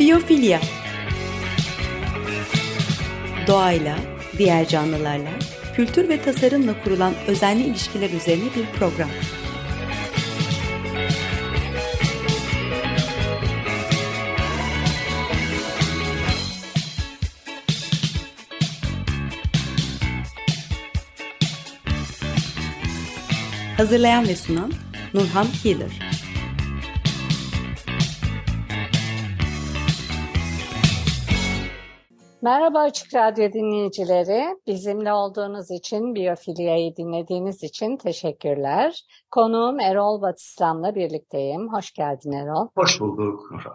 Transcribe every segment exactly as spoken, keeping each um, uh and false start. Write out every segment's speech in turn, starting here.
Biyofilya. Doğayla, diğer canlılarla, kültür ve tasarımla kurulan özenli ilişkiler üzerine bir program. Hazırlayan ve sunan Nurhan Healer. Merhaba Açık Radyo dinleyicileri. Bizimle olduğunuz için, Biyofilya'yı dinlediğiniz için teşekkürler. Konuğum Erol Batislam'la birlikteyim. Hoş geldin Erol. Hoş bulduk Nurhan.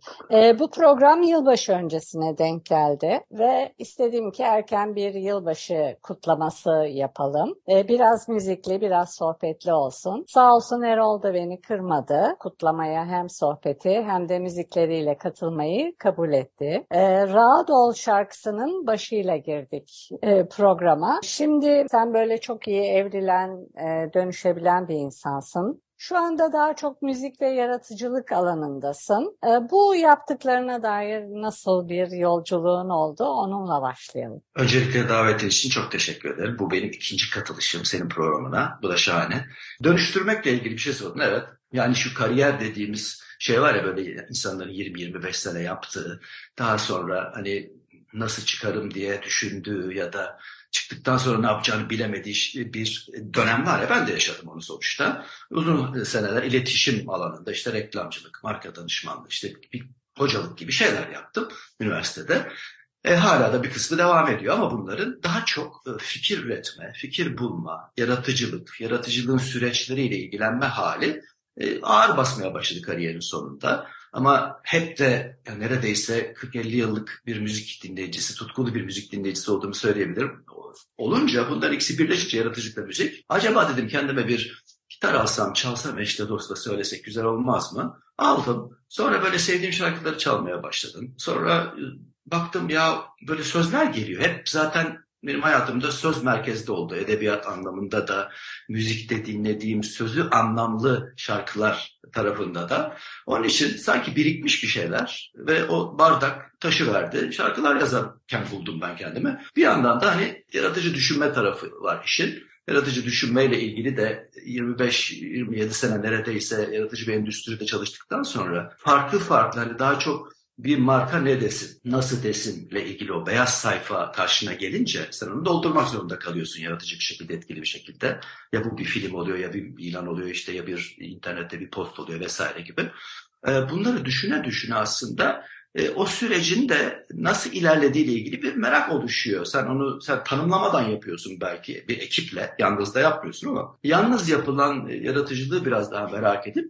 Ee, bu program yılbaşı öncesine denk geldi ve istedim ki erken bir yılbaşı kutlaması yapalım. Ee, biraz müzikli, biraz sohbetli olsun. Sağ olsun Erol da beni kırmadı. Kutlamaya hem sohbeti hem de müzikleriyle katılmayı kabul etti. Ee, Rahat Ol şarkısının başıyla girdik e, programa. Şimdi sen böyle çok iyi evrilen, e, dönüşebilen bir insansın. Şu anda daha çok müzik ve yaratıcılık alanındasın. Bu yaptıklarına dair nasıl bir yolculuğun oldu? Onunla başlayalım. Öncelikle davetin için çok teşekkür ederim. Bu benim ikinci katılışım senin programına. Bu da şahane. Dönüştürmekle ilgili bir şey sordun. Evet. Yani şu kariyer dediğimiz şey var ya, böyle insanların yirmi yirmi beş sene yaptığı, daha sonra hani nasıl çıkarım diye düşündüğü ya da çıktıktan sonra ne yapacağını bilemediği bir dönem var ya, ben de yaşadım onu sonuçta. Uzun seneler iletişim alanında işte reklamcılık, marka danışmanlığı, işte bir hocalık gibi şeyler yaptım üniversitede. E, hala da bir kısmı devam ediyor ama bunların daha çok e, fikir üretme, fikir bulma, yaratıcılık, yaratıcılığın süreçleriyle ilgilenme hali e, ağır basmaya başladı kariyerin sonunda. Ama hep de yani neredeyse kırk elli yıllık bir müzik dinleyicisi, tutkulu bir müzik dinleyicisi olduğumu söyleyebilirim. Olunca bunlar ikisi birleşince yaratıcılıkla müzik. Acaba dedim kendime bir gitar alsam, çalsam, eşle dostla söylesek güzel olmaz mı? Aldım. Sonra böyle sevdiğim şarkıları çalmaya başladım. Sonra baktım ya böyle sözler geliyor. Hep zaten benim hayatımda söz merkezde oldu. Edebiyat anlamında da, müzikte dinlediğim sözü anlamlı şarkılar tarafında da. Onun için sanki birikmiş bir şeyler ve o bardak taşıverdi. Şarkılar yazarken buldum ben kendimi. Bir yandan da hani yaratıcı düşünme tarafı var işin. Yaratıcı düşünmeyle ilgili de yirmi beş yirmi yedi sene neredeyse yaratıcı bir endüstride çalıştıktan sonra farklı farklı hani daha çok bir marka ne desin, nasıl desinle ilgili o beyaz sayfa karşına gelince sen onu doldurmak zorunda kalıyorsun yaratıcı bir şekilde, etkili bir şekilde. Ya bu bir film oluyor, ya bir ilan oluyor, işte ya bir internette bir post oluyor vesaire gibi. Bunları düşüne düşüne aslında o sürecin de nasıl ilerlediğiyle ilgili bir merak oluşuyor. Sen onu sen tanımlamadan yapıyorsun belki bir ekiple, yalnız da yapmıyorsun ama yalnız yapılan yaratıcılığı biraz daha merak edip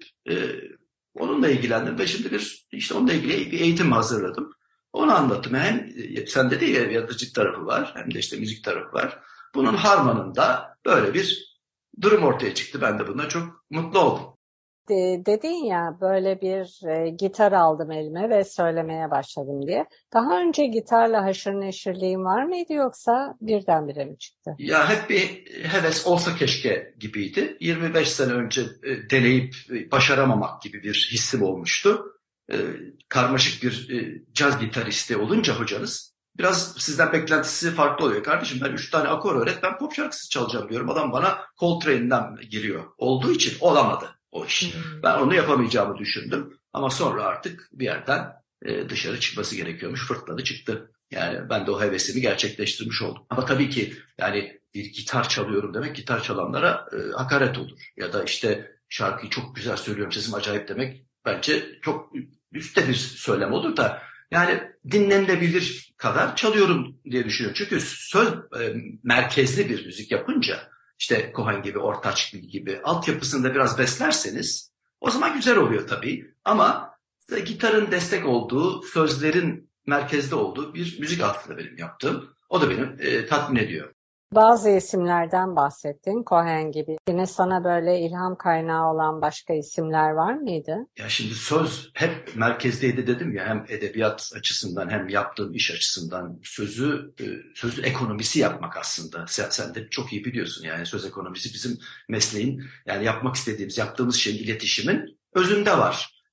onunla ilgilendim ve şimdi bir işte onunla ilgili bir eğitim hazırladım. Onu anlattım. Hem sende de yaratıcılık tarafı var, hem de işte müzik tarafı var. Bunun harmanında böyle bir durum ortaya çıktı. Ben de buna çok mutlu oldum. De, dedin ya böyle bir e, gitar aldım elime ve söylemeye başladım diye. Daha önce gitarla haşır neşirliğin var mıydı yoksa birdenbire mi çıktı? Ya hep bir heves olsa keşke gibiydi. yirmi beş sene önce e, deneyip e, başaramamak gibi bir hissim olmuştu. E, karmaşık bir e, caz gitaristi olunca hocanız biraz sizden beklentisi farklı oluyor. Kardeşim ben üç tane akor öğret, ben pop şarkısı çalacağım diyorum. Adam bana Coltrane'den giriyor. Olduğu için olamadı o iş. Hmm. Ben onu yapamayacağımı düşündüm. Ama sonra artık bir yerden e, dışarı çıkması gerekiyormuş. Fırtladı çıktı. Yani ben de o hevesimi gerçekleştirmiş oldum. Ama tabii ki yani bir gitar çalıyorum demek gitar çalanlara e, hakaret olur. Ya da işte şarkıyı çok güzel söylüyorum, sesim acayip demek bence çok üstte bir söylem olur da yani dinlenilebilir kadar çalıyorum diye düşünüyorum. Çünkü söz e, merkezli bir müzik yapınca işte Cohen gibi, Ortaç gibi altyapısını da biraz beslerseniz o zaman güzel oluyor tabii. Ama gitarın destek olduğu, sözlerin merkezde olduğu bir müzik aslında benim yaptığım. O da beni e, tatmin ediyor. Bazı isimlerden bahsettin, Cohen gibi. Yine sana böyle ilham kaynağı olan başka isimler var mıydı? Ya şimdi söz hep merkezdeydi dedim ya, hem edebiyat açısından hem yaptığım iş açısından sözü e, sözün ekonomisi yapmak aslında. Sen, sen de çok iyi biliyorsun yani söz ekonomisi bizim mesleğin, yani yapmak istediğimiz, yaptığımız şeyin, iletişimin özünde var.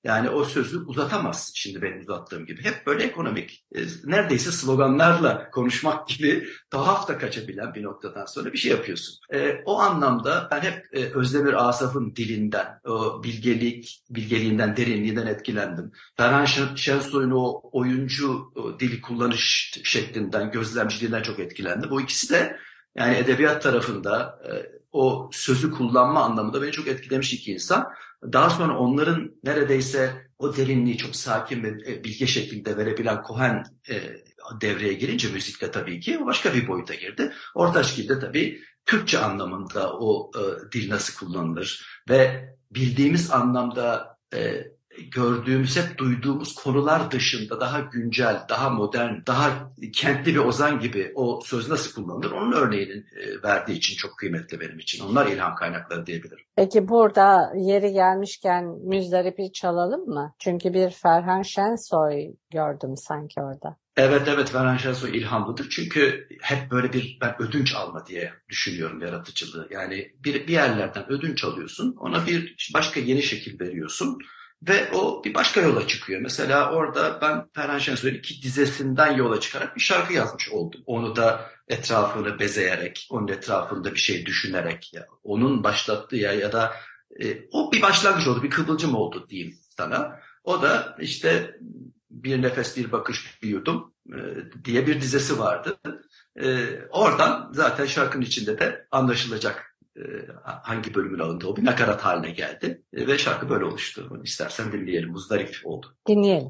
Yani o sözü uzatamaz şimdi benim uzattığım gibi. Hep böyle ekonomik, e, neredeyse sloganlarla konuşmak gibi tuhaf da kaçabilen bir noktadan sonra bir şey yapıyorsun. E, o anlamda ben hep e, Özdemir Asaf'ın dilinden, o bilgelik, bilgeliğinden, derinliğinden etkilendim. Ferhan Şensoy'un o oyuncu o dili kullanış şeklinden, gözlemciliğinden çok etkilendim. Bu ikisi de yani edebiyat tarafında e, o sözü kullanma anlamında beni çok etkilemiş iki insan. Daha sonra onların neredeyse o derinliği çok sakin ve e, bilge şekilde verebilen Cohen e, devreye girince müzikle tabii ki o başka bir boyuta girdi. Ortaçgil'de tabii Türkçe anlamında o e, dil nasıl kullanılır ve bildiğimiz anlamda e, gördüğümüz, hep duyduğumuz konular dışında daha güncel, daha modern, daha kentli bir ozan gibi o söz nasıl kullanılır? Onun örneğini verdiği için çok kıymetli benim için. Onlar ilham kaynakları diyebilirim. Peki burada yeri gelmişken Müzdarip'i çalalım mı? Çünkü bir Ferhan Şensoy gördüm sanki orada. Evet evet Ferhan Şensoy ilhamlıdır. Çünkü hep böyle bir ben ödünç alma diye düşünüyorum yaratıcılığı. Yani bir, bir yerlerden ödünç alıyorsun, ona bir başka yeni şekil veriyorsun. Ve o bir başka yola çıkıyor. Mesela orada ben Ferhan Şensoy'un iki dizesinden yola çıkarak bir şarkı yazmış oldum. Onu da etrafını bezeyerek, onun etrafında bir şey düşünerek, ya, onun başlattığı ya, ya da e, o bir başlangıç oldu, bir kıvılcım oldu diyeyim sana. O da işte Bir Nefes Bir Bakış Bir Yudum e, diye bir dizesi vardı. E, oradan zaten şarkının içinde de anlaşılacak hangi bölümün alındığı o bir nakarat haline geldi ve şarkı böyle oluştu. Onu istersen dinleyelim. Muzdarip oldu. Dinleyelim.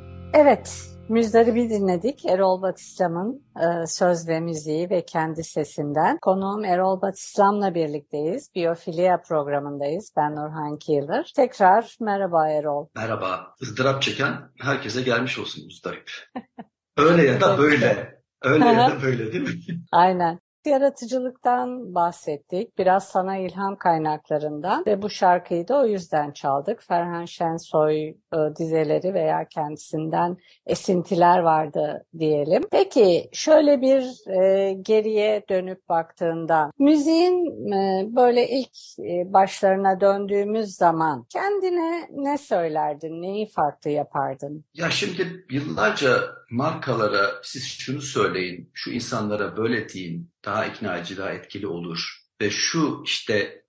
Evet, Müzdarip'i dinledik. Erol Batislam'ın e, söz ve müziği ve kendi sesinden. Konuğum Erol Batislam'la birlikteyiz. Biyofilya programındayız. Ben Nurhan Kiyılır. Tekrar merhaba Erol. Merhaba. Izdırap çeken herkese gelmiş olsun Muzdarip. Öyle ya da böyle. Öyle ya da böyle değil mi? Aynen. Yaratıcılıktan bahsettik. Biraz sana ilham kaynaklarından ve bu şarkıyı da o yüzden çaldık. Ferhan Şensoy e, dizeleri veya kendisinden esintiler vardı diyelim. Peki şöyle bir e, geriye dönüp baktığında müziğin e, böyle ilk e, başlarına döndüğümüz zaman kendine ne söylerdin, neyi farklı yapardın? Ya şimdi yıllarca markalara siz şunu söyleyin, şu insanlara böyle deyin, daha ikna edici, daha etkili olur. Ve şu işte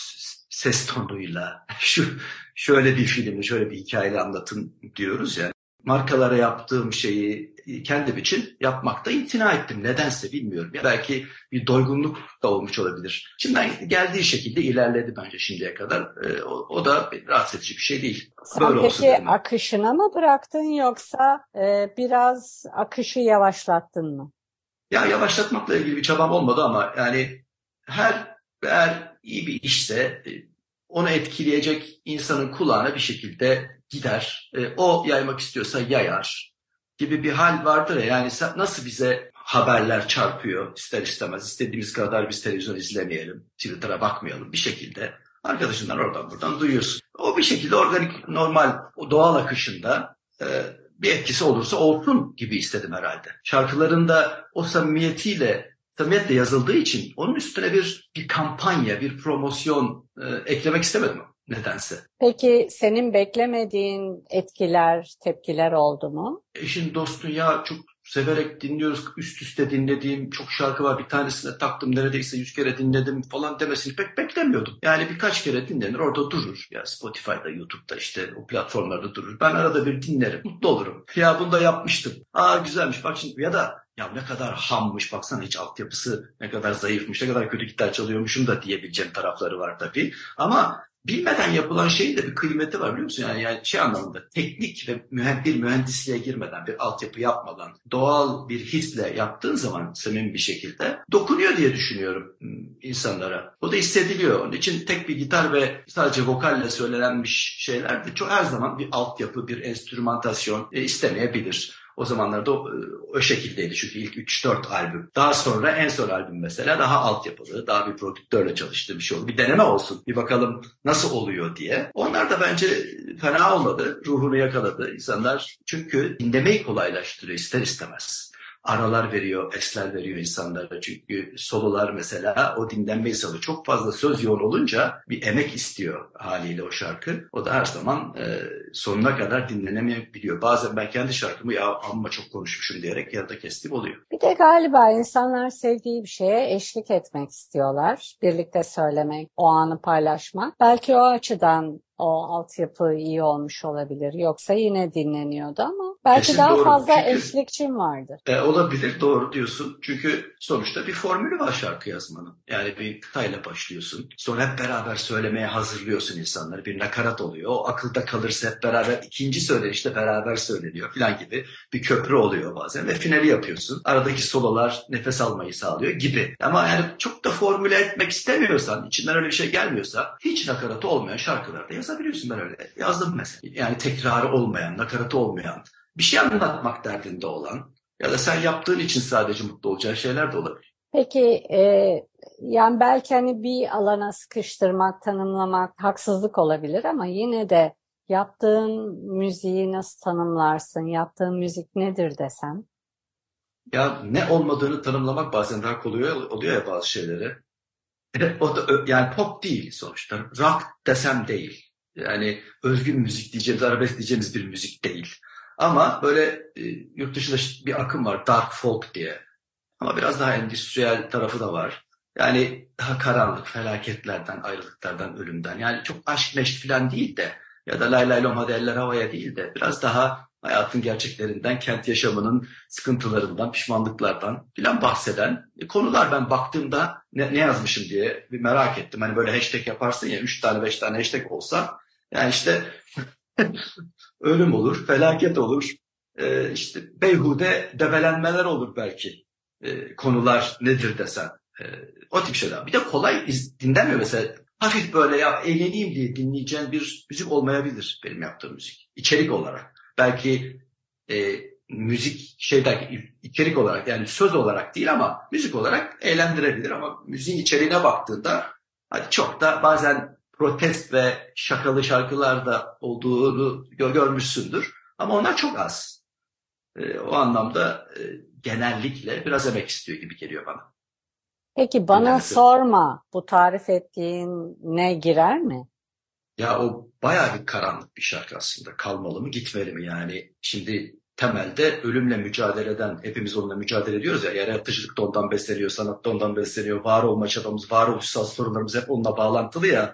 ses tonuyla, şu şöyle bir filmi, şöyle bir hikayeyle anlatın diyoruz ya. Markalara yaptığım şeyi kendim için yapmakta imtina ettim. Nedense bilmiyorum. Ya belki bir doygunluk da olmuş olabilir. Şimdiden geldiği şekilde ilerledi bence şimdiye kadar. Ee, o, o da rahatsız edici bir şey değil. Sen böyle peki akışına mı bıraktın yoksa e, biraz akışı yavaşlattın mı? Ya yavaşlatmakla ilgili bir çabam olmadı ama yani her eğer iyi bir işse onu etkileyecek insanın kulağına bir şekilde gider. E, o yaymak istiyorsa yayar gibi bir hal vardır ya. Yani nasıl bize haberler çarpıyor ister istemez. İstediğimiz kadar biz televizyon izlemeyelim, Twitter'a bakmayalım bir şekilde. Arkadaşından oradan buradan duyuyorsun. O bir şekilde organik, normal, doğal akışında e, bir etkisi olursa olsun gibi istedim herhalde. Şarkılarında o samimiyetiyle, samimiyetle yazıldığı için onun üstüne bir bir kampanya, bir promosyon e, eklemek istemedim nedense. Peki senin beklemediğin etkiler, tepkiler oldu mu? Eşin, dostun ya çok severek dinliyoruz. Üst üste dinlediğim çok şarkı var. Bir tanesine taktım neredeyse yüz kere dinledim falan demesini pek beklemiyordum. Yani birkaç kere dinlenir orada durur. Ya Spotify'da, YouTube'da işte o platformlarda durur. Ben arada bir dinlerim. Mutlu olurum. Ya bunu da yapmıştım. Aa güzelmiş bak şimdi ya da ya ne kadar hammış baksana hiç altyapısı ne kadar zayıfmış ne kadar kötü gitar çalıyormuşum da diyebileceğim tarafları var tabii. Ama bilmeden yapılan şeyin de bir kıymeti var biliyor musun? Yani, yani şey anlamında teknik ve bir mühendisliğe girmeden, bir altyapı yapmadan, doğal bir hisle yaptığın zaman samimi bir şekilde dokunuyor diye düşünüyorum insanlara. O da hissediliyor. Onun için tek bir gitar ve sadece vokalle söylenmiş şeyler de çok her zaman bir altyapı, bir enstrümantasyon e, istemeyebilir. O zamanlarda o, o şekildeydi çünkü ilk üç dört albüm. Daha sonra en son albüm mesela daha altyapılı, daha bir prodüktörle çalıştığı bir şey oldu. Bir deneme olsun, bir bakalım nasıl oluyor diye. Onlar da bence fena olmadı, ruhunu yakaladı insanlar. Çünkü dinlemeyi kolaylaştırıyor ister istemez. aralar veriyor, esler veriyor insanlara. Çünkü sololar mesela o dinlenmeyi sağlıyor. Çok fazla söz yoğun olunca bir emek istiyor haliyle o şarkı. O da her zaman e, sonuna kadar dinlenemeyebiliyor. Bazen ben kendi şarkımı ya amma çok konuşmuşum diyerek yarıda kestiğim oluyor. Bir de galiba insanlar sevdiği bir şeye eşlik etmek istiyorlar. Birlikte söylemek, o anı paylaşmak. Belki o açıdan o altyapı iyi olmuş olabilir. Yoksa yine dinleniyordu ama belki Kesin daha doğru. fazla Çünkü eşlikçin vardır. E, olabilir, doğru diyorsun. Çünkü sonuçta bir formülü var şarkı yazmanın. Yani bir kıtayla başlıyorsun. Sonra hep beraber söylemeye hazırlıyorsun insanları. Bir nakarat oluyor. O akılda kalırsa hep beraber ikinci söylenişte beraber söyleniyor falan gibi bir köprü oluyor bazen. Ve finali yapıyorsun. Aradaki sololar nefes almayı sağlıyor gibi. Ama yani çok da formüle etmek istemiyorsan, içinden öyle bir şey gelmiyorsa hiç nakaratı olmayan şarkılarda yazabiliyorsun. Ben öyle yazdım mesela. Yani tekrarı olmayan, nakaratı olmayan, bir şey anlatmak derdinde olan ya da sen yaptığın için sadece mutlu olacağın şeyler de olabilir. Peki e, yani belki hani bir alana sıkıştırmak, tanımlamak haksızlık olabilir ama yine de yaptığın müziği nasıl tanımlarsın? Yaptığın müzik nedir desem? Ya ne olmadığını tanımlamak bazen daha kolay oluyor ya bazı şeyleri. O da yani pop değil sonuçta. Rock desem değil. Yani özgün müzik diyeceğimiz, arabesk diyeceğimiz bir müzik değil. Ama böyle e, yurt dışında bir akım var, dark folk diye. Ama biraz daha endüstriyel tarafı da var. Yani daha karanlık, felaketlerden, ayrılıklardan, ölümden. Yani çok aşk meşk falan değil de ya da lay lay lom hadi eller havaya değil de biraz daha hayatın gerçeklerinden, kent yaşamının sıkıntılarından, pişmanlıklardan falan bahseden konular. Ben baktığımda ne, ne yazmışım diye bir merak ettim. Hani böyle hashtag yaparsın ya, üç tane beş tane hashtag olsa yani işte ölüm olur, felaket olur, e, işte beyhude debelenmeler olur belki. E, konular nedir desen. E, o tip şeyler. Bir de kolay iz, dinlenmiyor mesela. Hafif böyle ya eğleneyim diye dinleyeceğin bir müzik olmayabilir benim yaptığım müzik. İçerik olarak. Belki e, müzik şey derken içerik olarak yani söz olarak değil ama müzik olarak eğlendirebilir ama müziğin içeriğine baktığında hadi çok da bazen protest ve şakalı şarkılarda olduğunu görmüşsündür. Ama onlar çok az. E, o anlamda e, genellikle biraz emek istiyor gibi geliyor bana. Peki bana Dinlemesi. sorma, bu tarif ettiğin ne girer mi? Ya o bayağı bir karanlık bir şarkı aslında. Kalmalı mı gitmeli mi yani? Şimdi temelde ölümle mücadeleden hepimiz onunla mücadele ediyoruz ya. Yaratıcılık da ondan besleniyor, sanat da ondan besleniyor. Var olma çabamız, varoluşsal sorunlarımız hep onunla bağlantılı ya.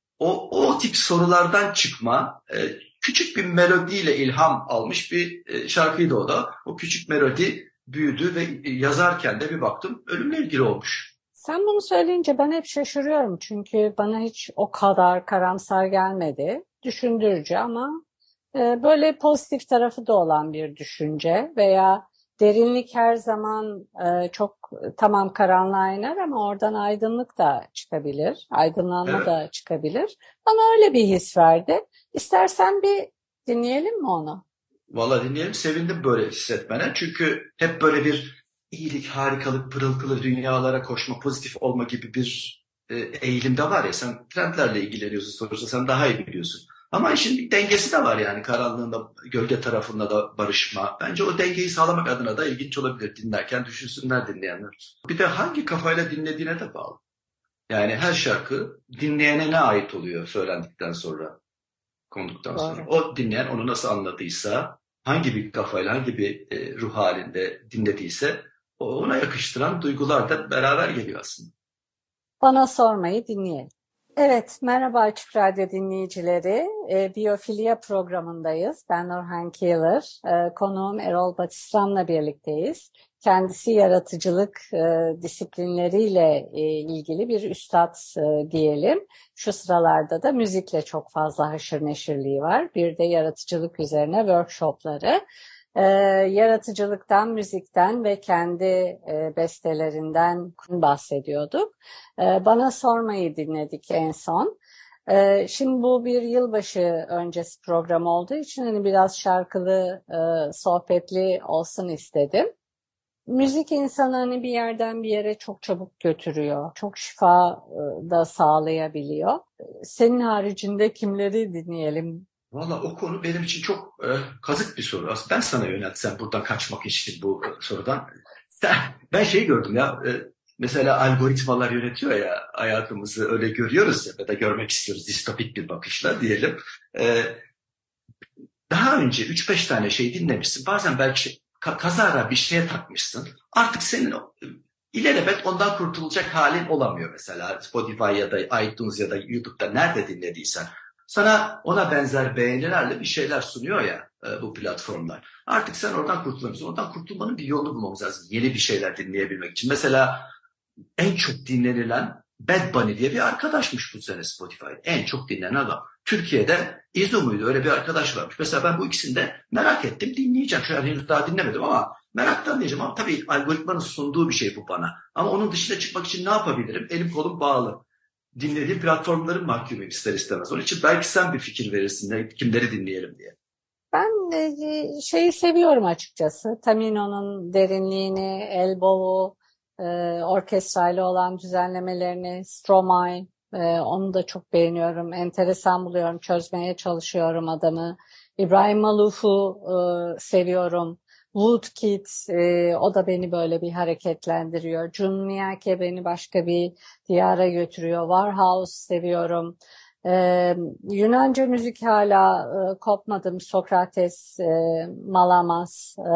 O, o tip sorulardan çıkma e, küçük bir melodiyle ilham almış bir e, şarkıydı o da. O küçük melodi büyüdü ve e, yazarken de bir baktım ölümle ilgili olmuş. Sen bunu söyleyince ben hep şaşırıyorum çünkü bana hiç o kadar karamsar gelmedi. Düşündürücü ama e, böyle pozitif tarafı da olan bir düşünce veya derinlik her zaman e, çok tamam karanlığa iner ama oradan aydınlık da çıkabilir, aydınlanma Evet. da çıkabilir. Bana öyle bir his verdi. İstersen bir dinleyelim mi onu? Vallahi dinleyelim, sevindim böyle hissetmene. Çünkü hep böyle bir iyilik, harikalık, pırıl pırıl dünyalara koşma, pozitif olma gibi bir e, eğilim de var ya. Sen trendlerle ilgileniyorsun sonuçta, sen daha iyi biliyorsun. Ama işin bir dengesi de var yani, karanlığında, gölge tarafında da barışma. Bence o dengeyi sağlamak adına da ilginç olabilir, dinlerken düşünsünler dinleyenler. Bir de hangi kafayla dinlediğine de bağlı. Yani her şarkı dinleyene ne ait oluyor söylendikten sonra, konduktan sonra. Doğru. O dinleyen onu nasıl anladıysa, hangi bir kafayla, hangi bir e, ruh halinde dinlediyse ona yakıştıran duygular da beraber geliyor aslında. Bana sormayı dinleyelim. Evet, merhaba Açık Radyo dinleyicileri. E, Biyofilya programındayız. Ben Nurhan Kiyılır. E, konuğum Erol Batisram'la birlikteyiz. Kendisi yaratıcılık e, disiplinleriyle e, ilgili bir üstad e, diyelim. Şu sıralarda da müzikle çok fazla haşır neşirliği var. Bir de yaratıcılık üzerine workshopları. Ee, yaratıcılıktan, müzikten ve kendi e, bestelerinden bahsediyorduk. Ee, bana sormayı dinledik en son. Ee, şimdi bu bir yılbaşı öncesi program olduğu için hani biraz şarkılı, e, sohbetli olsun istedim. Müzik insanı hani bir yerden bir yere çok çabuk götürüyor. Çok şifa e, da sağlayabiliyor. Senin haricinde kimleri dinleyelim Valla o konu benim için çok e, kazık bir soru. Aslında ben sana yöneltsem buradan kaçmak için bu e, sorudan. Sen, ben şey gördüm ya, e, mesela algoritmalar yönetiyor ya hayatımızı, öyle görüyoruz ya, ya da görmek istiyoruz distopik bir bakışla diyelim. E, Daha önce üç beş tane şey dinlemişsin. Bazen belki şey, ka- kazara bir şeye takmışsın. Artık senin o- ilelebet ondan kurtulacak halin olamıyor mesela. Spotify ya da iTunes ya da YouTube'da nerede dinlediysen. Sana ona benzer beğenilerle bir şeyler sunuyor ya e, bu platformlar. Artık sen oradan kurtulamıyorsun. Oradan kurtulmanın bir yolunu bulmamız lazım. Yeni bir şeyler dinleyebilmek için. Mesela en çok dinlenilen Bad Bunny diye bir arkadaşmış bu sene Spotify'da. En çok dinlenen adam. Türkiye'de İzo muydu? Öyle bir arkadaş varmış. Mesela ben bu ikisini de merak ettim. Dinleyeceğim. Şu an henüz daha dinlemedim ama meraktan dinleyeceğim. Ama tabii algoritmanın sunduğu bir şey bu bana. Ama onun dışına çıkmak için ne yapabilirim? Elim kolum bağlı. Dinlediğim platformların mahkumuyum ister istemez. Onun için belki sen bir fikir verirsin. Ne, kimleri dinleyelim diye. Ben e, şeyi seviyorum açıkçası. Tamino'nun derinliğini, Elbow'u, e, orkestrayla olan düzenlemelerini, Stromae, e, onu da çok beğeniyorum. Enteresan buluyorum, çözmeye çalışıyorum adamı. İbrahim Maluf'u e, seviyorum. Woodkid, e, o da beni böyle bir hareketlendiriyor. Jun Miyake beni başka bir diyara götürüyor. Warhouse seviyorum. Ee, Yunanca müzik hala e, kopmadım. Sokrates, e, Malamas, e,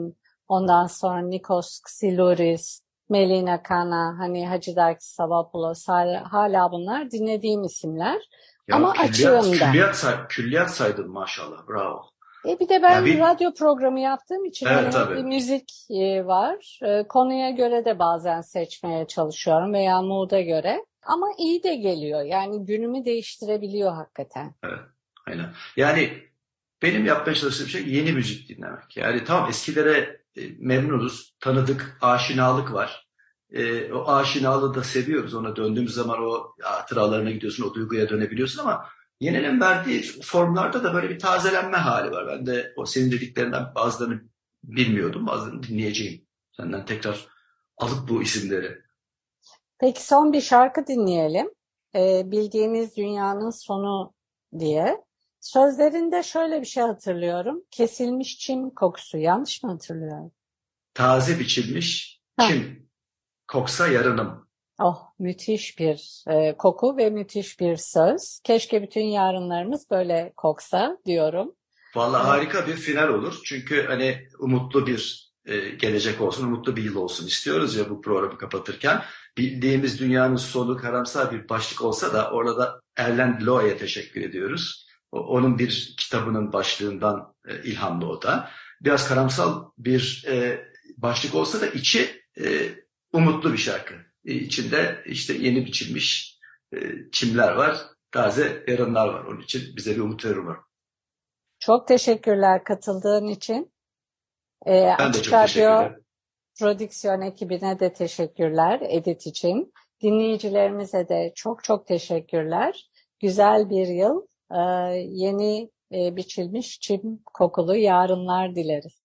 ondan sonra Nikos Xylouris, Melina Kana, hani Hacıdakis Savvopoulos, hala, hala bunlar dinlediğim isimler. Ya Ama külliyat, açığım da. külliyat, say, külliyat saydın maşallah. Bravo. E bir de Ya ben bir, radyo programı yaptığım için evet hani hep bir tabii. müzik e, var. E, konuya göre de bazen seçmeye çalışıyorum veya mood'a göre. Ama iyi de geliyor. Yani günümü değiştirebiliyor hakikaten. Evet, aynen. Yani benim yapmaya çalıştığım şey yeni müzik dinlemek. Yani tamam, eskilere e, memnunuz, tanıdık, aşinalık var. E, o aşinalığı da seviyoruz. Ona döndüğümüz zaman o hatıralarına gidiyorsun, o duyguya dönebiliyorsun ama yeninin verdiği formlarda da böyle bir tazelenme hali var. Ben de o senin dediklerinden bazılarını bilmiyordum, bazılarını dinleyeceğim. Senden tekrar alıp bu isimleri. Peki son bir şarkı dinleyelim. Ee, bildiğimiz dünyanın sonu diye. Sözlerinde şöyle bir şey hatırlıyorum. Kesilmiş çim kokusu. Yanlış mı hatırlıyorum? Taze biçilmiş Heh, çim koksa yarınım. oh müthiş bir e, koku ve müthiş bir söz. Keşke bütün yarınlarımız böyle koksa diyorum. Vallahi Evet. harika bir final olur. Çünkü hani umutlu bir e, gelecek olsun, umutlu bir yıl olsun istiyoruz ya bu programı kapatırken. Bildiğimiz dünyanın sonu karamsar bir başlık olsa da orada da Erlen Loe'ye teşekkür ediyoruz. O, onun bir kitabının başlığından e, ilhamlı o da. Biraz karamsal bir e, başlık olsa da içi e, umutlu bir şarkı. E, içinde işte yeni biçilmiş e, çimler var, taze yarınlar var. Onun için bize bir umut verir umarım. Çok teşekkürler katıldığın için. Ee, Ben de Açık çok teşekkür Radyo ederim. prodüksiyon ekibine de teşekkürler edit için. Dinleyicilerimize de çok çok teşekkürler. Güzel bir yıl, e, yeni e, biçilmiş çim kokulu yarınlar dileriz.